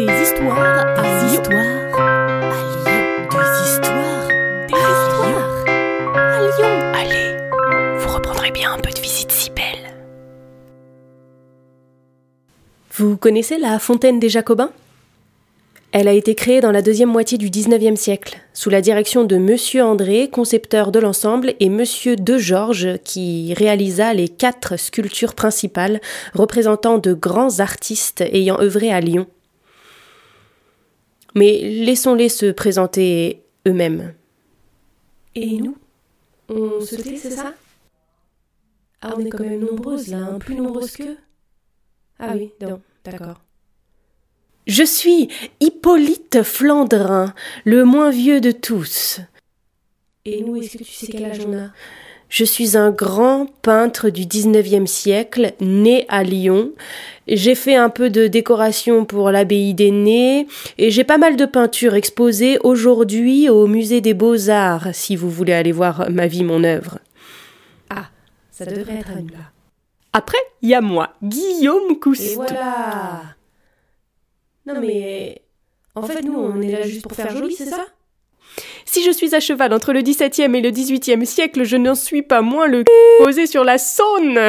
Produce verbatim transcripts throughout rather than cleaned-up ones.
Des histoires, des histoires à Lyon. Des histoires, des histoires à Lyon. Allez, vous reprendrez bien un peu de visite si belle. Vous connaissez la Fontaine des Jacobins ? Elle a été créée dans la deuxième moitié du dix-neuvième siècle, sous la direction de Monsieur André, concepteur de l'ensemble, et Monsieur de Georges, qui réalisa les quatre sculptures principales représentant de grands artistes ayant œuvré à Lyon. Mais laissons-les se présenter eux-mêmes. Et nous ? On se tait, c'est ça ? Ah, on est quand même nombreuses là, hein, plus nombreuses qu'eux ? Ah oui, non, d'accord. Je suis Hippolyte Flandrin, le moins vieux de tous. Et nous, est-ce que tu sais quel âge on a ? Je suis un grand peintre du dix-neuvième siècle, né à Lyon. J'ai fait un peu de décoration pour l'abbaye des Nés, et j'ai pas mal de peintures exposées aujourd'hui au musée des Beaux-Arts, si vous voulez aller voir ma vie, mon œuvre. Ah, ça devrait être à nous là. Après, il y a moi, Guillaume Cousteau. Et voilà. Non mais, en fait, nous, on est là juste pour faire joli, c'est ça ? Si je suis à cheval entre le dix-septième et le dix-huitième siècle, je n'en suis pas moins le posé sur la Saône.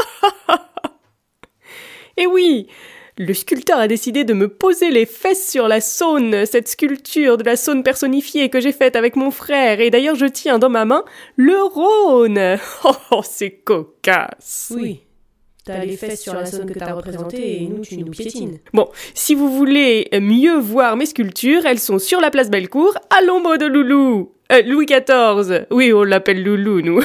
Et oui, le sculpteur a décidé de me poser les fesses sur la Saône, cette sculpture de la Saône personnifiée que j'ai faite avec mon frère, et d'ailleurs je tiens dans ma main le Rhône. Oh, c'est cocasse. Oui. T'as les fesses sur la Saône que t'as représentée et nous, tu nous piétines. Bon, si vous voulez mieux voir mes sculptures, elles sont sur la place Bellecour, à l'ombre de Loulou. Euh, Louis quatorze. Oui, on l'appelle Loulou, nous.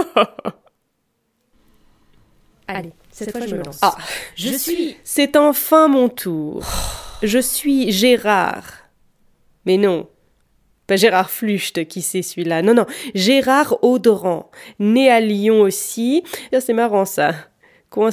Allez, cette fois, je me lance. Ah, je suis... C'est enfin mon tour. Je suis Gérard. Mais non, pas Gérard Flucht, qui c'est celui-là. Non, non, Gérard Audran, né à Lyon aussi. Ah, c'est marrant, ça. Coïncidence ?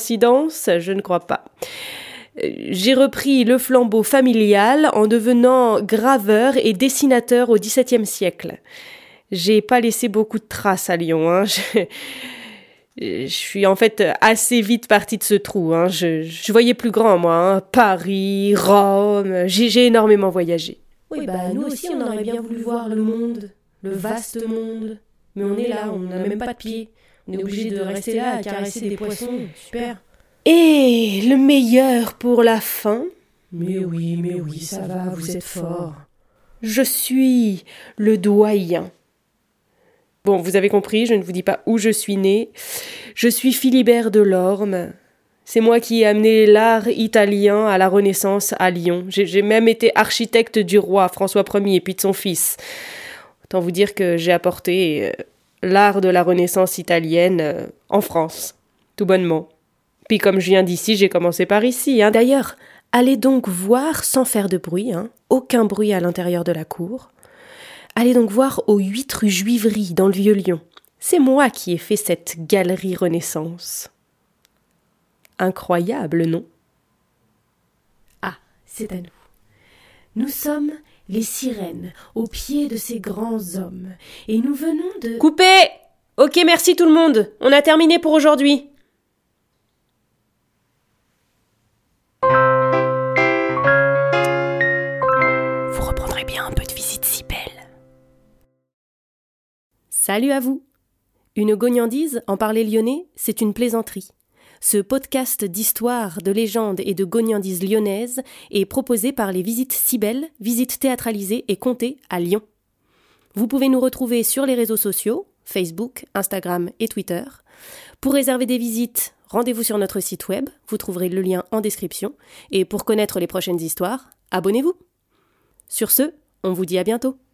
Je ne crois pas. J'ai repris le flambeau familial en devenant graveur et dessinateur au dix-septième siècle. J'ai pas laissé beaucoup de traces à Lyon. Hein. Je, je suis en fait assez vite partie de ce trou. Hein. Je, je voyais plus grand, moi. Hein. Paris, Rome. J'ai, j'ai énormément voyagé. Oui, bah nous aussi, on aurait bien voulu voir le monde, le vaste monde. Mais on est là, on n'a même pas de pieds. On est obligé de rester là à caresser des poissons. Super. Et le meilleur pour la fin ? Mais oui, mais oui, ça va, vous êtes fort. Je suis le doyen. Bon, vous avez compris, je ne vous dis pas où je suis né. Je suis Philibert Delorme. C'est moi qui ai amené l'art italien à la Renaissance à Lyon. J'ai, j'ai même été architecte du roi François Ier et puis de son fils. Autant vous dire que j'ai apporté... Euh, l'art de la Renaissance italienne euh, en France, tout bonnement. Puis comme je viens d'ici, j'ai commencé par ici. Hein. D'ailleurs, allez donc voir sans faire de bruit, hein, aucun bruit à l'intérieur de la cour. Allez donc voir au huit rue Juivry, dans le Vieux-Lyon. C'est moi qui ai fait cette galerie Renaissance. Incroyable, non ? Ah, c'est à nous. Nous sommes... les sirènes, au pied de ces grands hommes. Et nous venons de... Coupez ! Ok, merci tout le monde. On a terminé pour aujourd'hui. Vous reprendrez bien un peu de visite si belle. Salut à vous. Une gognandise, en parler lyonnais, c'est une plaisanterie. Ce podcast d'histoire, de légendes et de gognandises lyonnaises est proposé par les Visites si belles, visites théâtralisées et contées à Lyon. Vous pouvez nous retrouver sur les réseaux sociaux, Facebook, Instagram et Twitter. Pour réserver des visites, rendez-vous sur notre site web, vous trouverez le lien en description. Et pour connaître les prochaines histoires, abonnez-vous. Sur ce, on vous dit à bientôt.